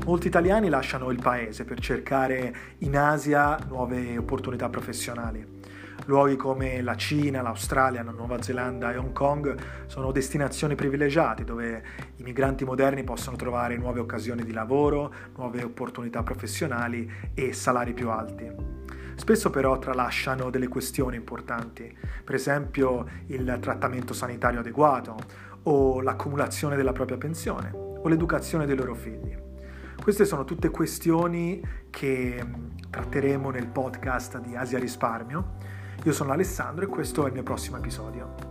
Molti italiani lasciano il paese per cercare in Asia nuove opportunità professionali. Luoghi come la Cina, l'Australia, la Nuova Zelanda e Hong Kong sono destinazioni privilegiate dove i migranti moderni possono trovare nuove occasioni di lavoro, nuove opportunità professionali e salari più alti. Spesso però tralasciano delle questioni importanti, per esempio il trattamento sanitario adeguato o l'accumulazione della propria pensione o l'educazione dei loro figli. Queste sono tutte questioni che tratteremo nel podcast di Asia Risparmio. Io sono Alessandro e questo è il mio prossimo episodio.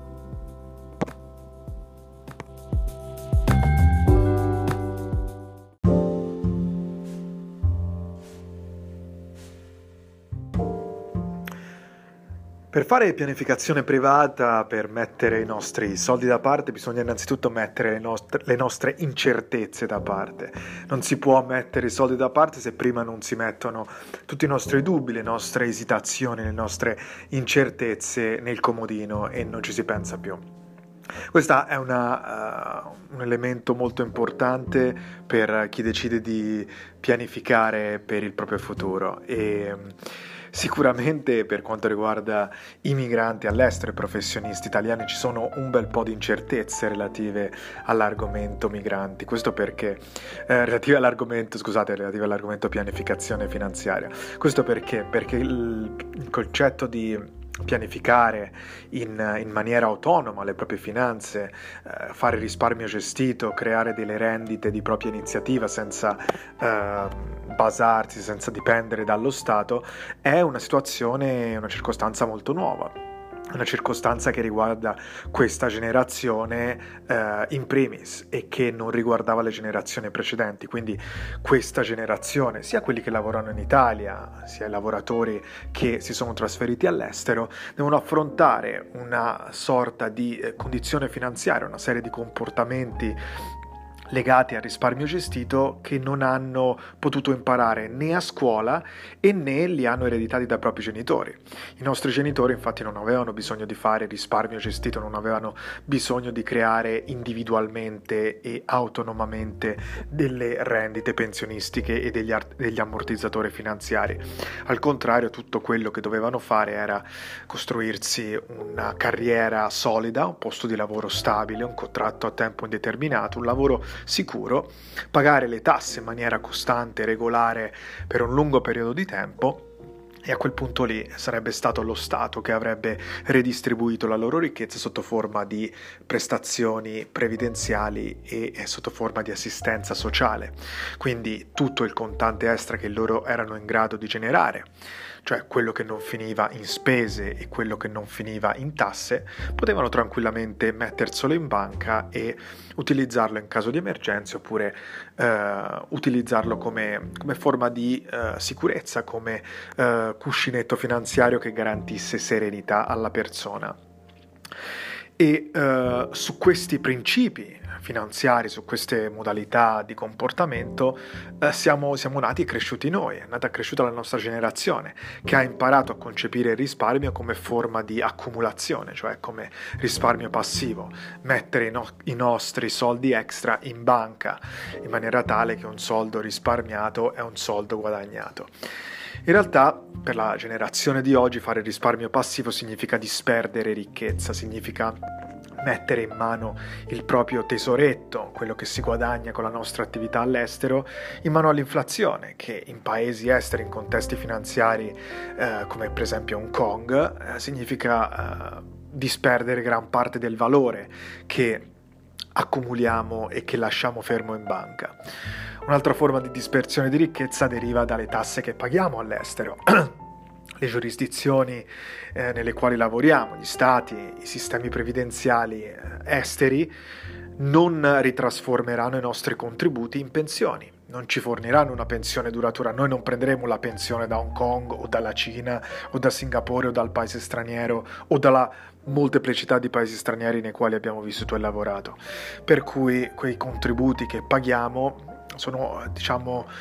Per fare pianificazione privata, per mettere i nostri soldi da parte, bisogna innanzitutto mettere le nostre incertezze da parte. Non si può mettere i soldi da parte se prima non si mettono tutti i nostri dubbi, le nostre esitazioni, le nostre incertezze nel comodino e non ci si pensa più. Questo è un elemento molto importante per chi decide di pianificare per il proprio futuro e sicuramente per quanto riguarda i migranti all'estero e professionisti italiani ci sono un bel po' di incertezze relative all'argomento migranti. Questo perché relative all'argomento pianificazione finanziaria. Questo perché il concetto di pianificare in maniera autonoma le proprie finanze, fare risparmio gestito, creare delle rendite di propria iniziativa senza basarsi, senza dipendere dallo Stato, è una circostanza molto nuova. Una circostanza che riguarda questa generazione in primis e che non riguardava le generazioni precedenti, quindi questa generazione, sia quelli che lavorano in Italia, sia i lavoratori che si sono trasferiti all'estero, devono affrontare una sorta di condizione finanziaria, una serie di comportamenti legati al risparmio gestito che non hanno potuto imparare né a scuola e né li hanno ereditati dai propri genitori. I nostri genitori infatti non avevano bisogno di fare risparmio gestito, non avevano bisogno di creare individualmente e autonomamente delle rendite pensionistiche e degli ammortizzatori finanziari. Al contrario, tutto quello che dovevano fare era costruirsi una carriera solida, un posto di lavoro stabile, un contratto a tempo indeterminato, un lavoro sicuro, pagare le tasse in maniera costante e regolare per un lungo periodo di tempo e a quel punto lì sarebbe stato lo Stato che avrebbe redistribuito la loro ricchezza sotto forma di prestazioni previdenziali e sotto forma di assistenza sociale. Quindi tutto il contante extra che loro erano in grado di generare, cioè quello che non finiva in spese e quello che non finiva in tasse, potevano tranquillamente metterselo in banca e utilizzarlo in caso di emergenza oppure utilizzarlo come forma di sicurezza, come cuscinetto finanziario che garantisse serenità alla persona. E su questi principi finanziari, su queste modalità di comportamento siamo nati e cresciuti noi, è cresciuta la nostra generazione che ha imparato a concepire il risparmio come forma di accumulazione, cioè come risparmio passivo, mettere i nostri soldi extra in banca in maniera tale che un soldo risparmiato è un soldo guadagnato. In realtà, per la generazione di oggi, fare risparmio passivo significa disperdere ricchezza, significa mettere in mano il proprio tesoretto, quello che si guadagna con la nostra attività all'estero, in mano all'inflazione, che in paesi esteri, in contesti finanziari come per esempio Hong Kong, significa disperdere gran parte del valore che accumuliamo e che lasciamo fermo in banca. Un'altra forma di dispersione di ricchezza deriva dalle tasse che paghiamo all'estero. Le giurisdizioni nelle quali lavoriamo, gli stati, i sistemi previdenziali esteri non ritrasformeranno i nostri contributi in pensioni, non ci forniranno una pensione duratura, noi non prenderemo la pensione da Hong Kong o dalla Cina o da Singapore o dal paese straniero o dalla molteplicità di paesi stranieri nei quali abbiamo vissuto e lavorato, per cui quei contributi che paghiamo sono,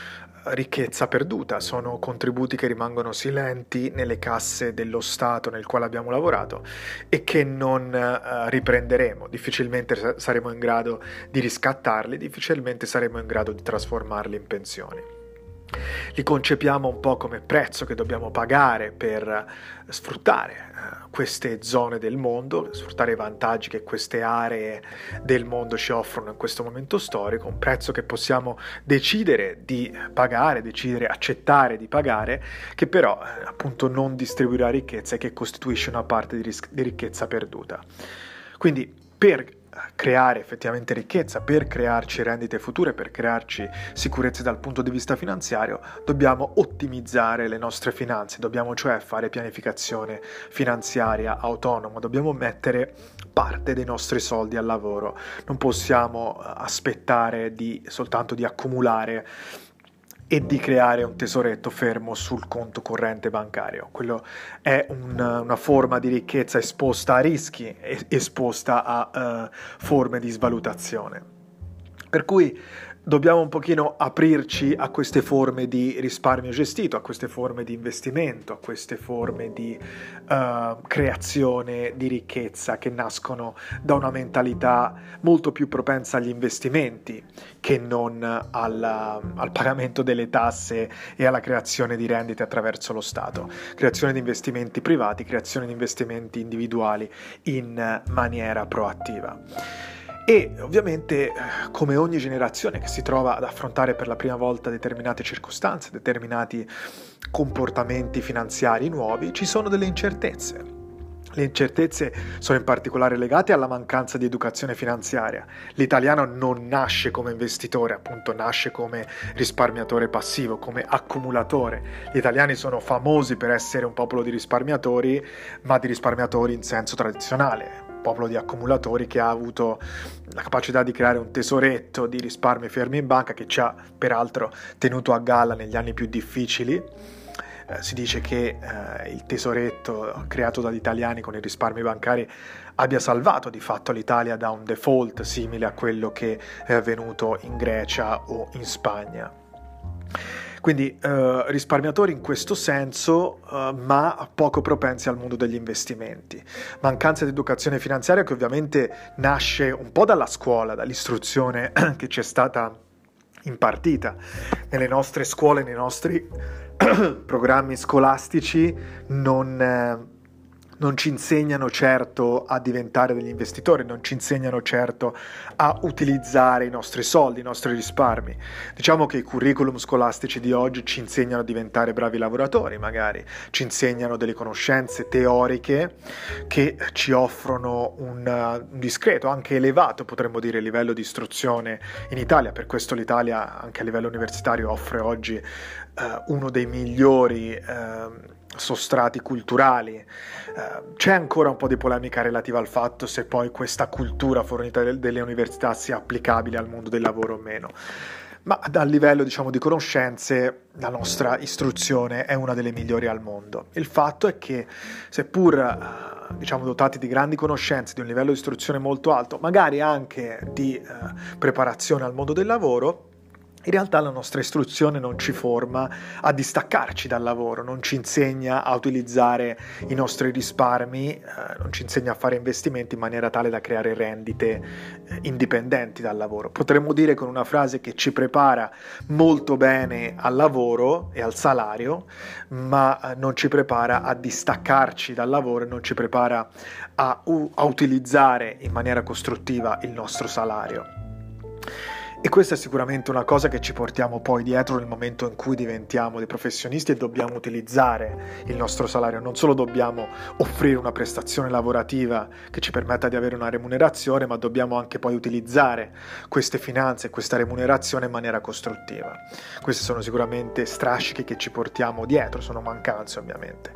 ricchezza perduta, sono contributi che rimangono silenti nelle casse dello Stato nel quale abbiamo lavorato e che non riprenderemo. Difficilmente saremo in grado di riscattarli, difficilmente saremo in grado di trasformarli in pensioni. Li concepiamo un po' come prezzo che dobbiamo pagare per sfruttare queste zone del mondo, sfruttare i vantaggi che queste aree del mondo ci offrono in questo momento storico, un prezzo che possiamo decidere di pagare, decidere, accettare di pagare, che però appunto non distribuirà ricchezza e che costituisce una parte di ricchezza perduta. Quindi per creare effettivamente ricchezza, per crearci rendite future, per crearci sicurezza dal punto di vista finanziario, dobbiamo ottimizzare le nostre finanze, dobbiamo cioè fare pianificazione finanziaria autonoma, dobbiamo mettere parte dei nostri soldi al lavoro, non possiamo aspettare soltanto di accumulare e di creare un tesoretto fermo sul conto corrente bancario. Quello è una forma di ricchezza esposta a rischi, esposta a forme di svalutazione. Per cui dobbiamo un pochino aprirci a queste forme di risparmio gestito, a queste forme di investimento, a queste forme di creazione di ricchezza che nascono da una mentalità molto più propensa agli investimenti che non al pagamento delle tasse e alla creazione di rendite attraverso lo Stato. Creazione di investimenti privati, creazione di investimenti individuali in maniera proattiva. E ovviamente, come ogni generazione che si trova ad affrontare per la prima volta determinate circostanze, determinati comportamenti finanziari nuovi, ci sono delle incertezze. Le incertezze sono in particolare legate alla mancanza di educazione finanziaria. L'italiano non nasce come investitore, appunto nasce come risparmiatore passivo, come accumulatore. Gli italiani sono famosi per essere un popolo di risparmiatori, ma di risparmiatori in senso tradizionale. Popolo di accumulatori che ha avuto la capacità di creare un tesoretto di risparmi fermi in banca che ci ha peraltro tenuto a galla negli anni più difficili. Si dice che il tesoretto creato dagli italiani con i risparmi bancari abbia salvato di fatto l'Italia da un default simile a quello che è avvenuto in Grecia o in Spagna. Quindi risparmiatori in questo senso, ma poco propensi al mondo degli investimenti. Mancanza di educazione finanziaria che ovviamente nasce un po' dalla scuola, dall'istruzione che ci è stata impartita nelle nostre scuole, nei nostri programmi scolastici. Non ci insegnano certo a diventare degli investitori, non ci insegnano certo a utilizzare i nostri soldi, i nostri risparmi. Diciamo che i curriculum scolastici di oggi ci insegnano a diventare bravi lavoratori, magari ci insegnano delle conoscenze teoriche che ci offrono un discreto, anche elevato, potremmo dire, livello di istruzione in Italia. Per questo l'Italia, anche a livello universitario, offre oggi uno dei migliori sostrati culturali. C'è ancora un po' di polemica relativa al fatto se poi questa cultura fornita delle università sia applicabile al mondo del lavoro o meno, ma dal livello, diciamo, di conoscenze la nostra istruzione è una delle migliori al mondo. Il fatto è che seppur diciamo dotati di grandi conoscenze, di un livello di istruzione molto alto, magari anche di preparazione al mondo del lavoro, in realtà la nostra istruzione non ci forma a distaccarci dal lavoro, non ci insegna a utilizzare i nostri risparmi, non ci insegna a fare investimenti in maniera tale da creare rendite indipendenti dal lavoro. Potremmo dire con una frase che ci prepara molto bene al lavoro e al salario, ma non ci prepara a distaccarci dal lavoro e non ci prepara a utilizzare in maniera costruttiva il nostro salario. E questa è sicuramente una cosa che ci portiamo poi dietro nel momento in cui diventiamo dei professionisti e dobbiamo utilizzare il nostro salario. Non solo dobbiamo offrire una prestazione lavorativa che ci permetta di avere una remunerazione, ma dobbiamo anche poi utilizzare queste finanze e questa remunerazione in maniera costruttiva. Questi sono sicuramente strascichi che ci portiamo dietro, sono mancanze ovviamente.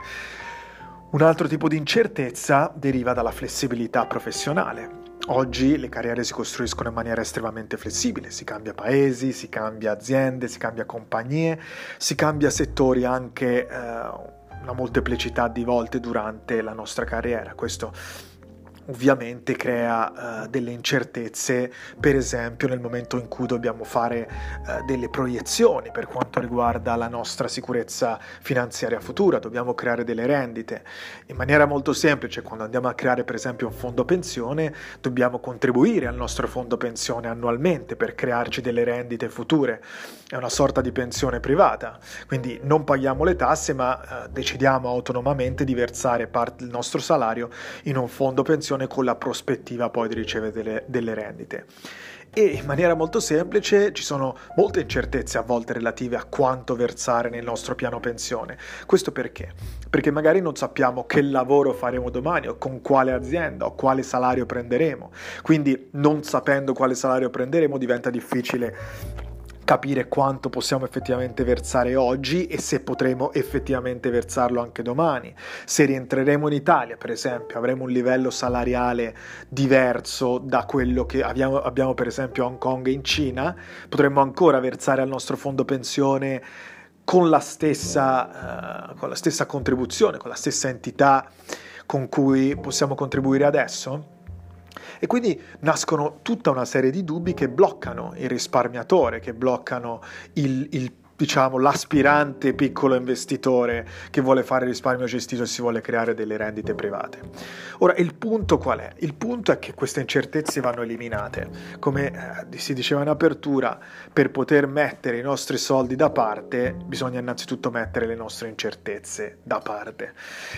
Un altro tipo di incertezza deriva dalla flessibilità professionale. Oggi le carriere si costruiscono in maniera estremamente flessibile, si cambia paesi, si cambia aziende, si cambia compagnie, si cambia settori anche una molteplicità di volte durante la nostra carriera. Questo ovviamente crea delle incertezze, per esempio nel momento in cui dobbiamo fare delle proiezioni per quanto riguarda la nostra sicurezza finanziaria futura, dobbiamo creare delle rendite. In maniera molto semplice, quando andiamo a creare per esempio un fondo pensione, dobbiamo contribuire al nostro fondo pensione annualmente per crearci delle rendite future. È una sorta di pensione privata, quindi non paghiamo le tasse, ma decidiamo autonomamente di versare parte del nostro salario in un fondo pensione con la prospettiva poi di ricevere delle rendite. E in maniera molto semplice ci sono molte incertezze a volte relative a quanto versare nel nostro piano pensione. Questo perché? Perché magari non sappiamo che lavoro faremo domani o con quale azienda o quale salario prenderemo. Quindi non sapendo quale salario prenderemo diventa difficile capire quanto possiamo effettivamente versare oggi e se potremo effettivamente versarlo anche domani. Se rientreremo in Italia, per esempio, avremo un livello salariale diverso da quello che abbiamo per esempio a Hong Kong e in Cina, potremmo ancora versare al nostro fondo pensione con la stessa contribuzione, con la stessa entità con cui possiamo contribuire adesso? E quindi nascono tutta una serie di dubbi che bloccano il risparmiatore, che bloccano l'aspirante piccolo investitore che vuole fare risparmio gestito e si vuole creare delle rendite private. Ora, il punto qual è? Il punto è che queste incertezze vanno eliminate. Come si diceva in apertura, per poter mettere i nostri soldi da parte bisogna innanzitutto mettere le nostre incertezze da parte.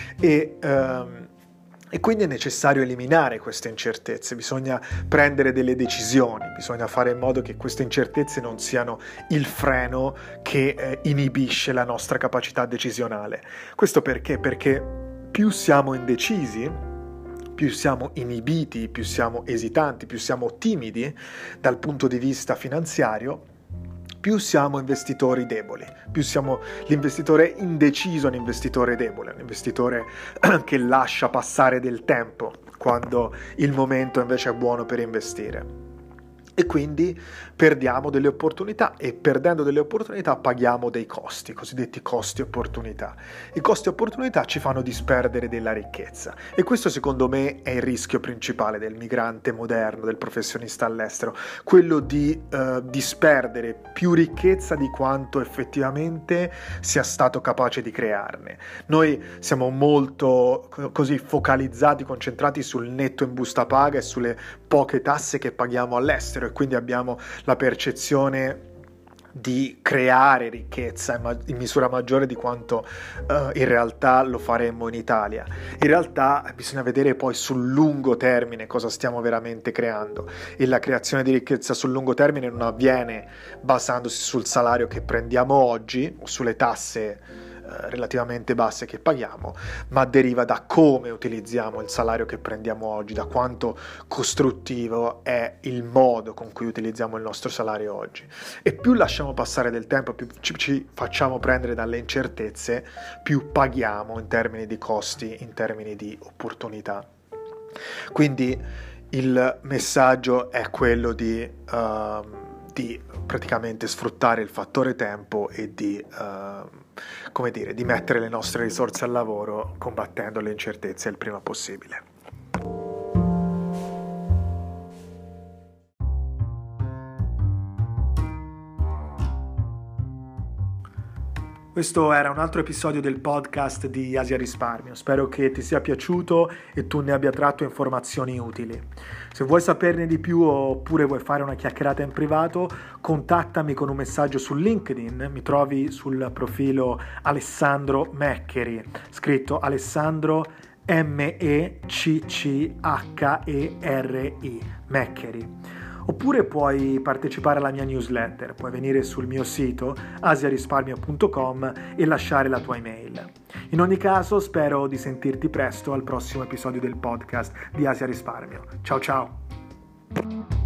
E quindi è necessario eliminare queste incertezze, bisogna prendere delle decisioni, bisogna fare in modo che queste incertezze non siano il freno che inibisce la nostra capacità decisionale. Questo perché? Perché più siamo indecisi, più siamo inibiti, più siamo esitanti, più siamo timidi dal punto di vista finanziario, più siamo investitori deboli, più siamo l'investitore indeciso, un investitore debole, un investitore che lascia passare del tempo quando il momento invece è buono per investire. E quindi perdiamo delle opportunità e perdendo delle opportunità paghiamo dei costi, cosiddetti costi opportunità. I costi opportunità ci fanno disperdere della ricchezza e questo secondo me è il rischio principale del migrante moderno, del professionista all'estero, quello di disperdere più ricchezza di quanto effettivamente sia stato capace di crearne. Noi siamo molto così focalizzati, concentrati sul netto in busta paga e sulle poche tasse che paghiamo all'estero e quindi abbiamo la percezione di creare ricchezza in misura maggiore di quanto in realtà lo faremmo in Italia. In realtà bisogna vedere poi sul lungo termine cosa stiamo veramente creando e la creazione di ricchezza sul lungo termine non avviene basandosi sul salario che prendiamo oggi o sulle tasse relativamente basse che paghiamo, ma deriva da come utilizziamo il salario che prendiamo oggi, da quanto costruttivo è il modo con cui utilizziamo il nostro salario oggi. E più lasciamo passare del tempo, più ci facciamo prendere dalle incertezze, più paghiamo in termini di costi, in termini di opportunità. Quindi il messaggio è quello di praticamente sfruttare il fattore tempo e di mettere le nostre risorse al lavoro combattendo le incertezze il prima possibile. Questo era un altro episodio del podcast di Asia Risparmio. Spero che ti sia piaciuto e tu ne abbia tratto informazioni utili. Se vuoi saperne di più oppure vuoi fare una chiacchierata in privato, contattami con un messaggio su LinkedIn. Mi trovi sul profilo Alessandro Meccheri, scritto Alessandro Meccheri, Meccheri. Oppure puoi partecipare alla mia newsletter, puoi venire sul mio sito asiarisparmio.com e lasciare la tua email. In ogni caso spero di sentirti presto al prossimo episodio del podcast di Asia Risparmio. Ciao ciao!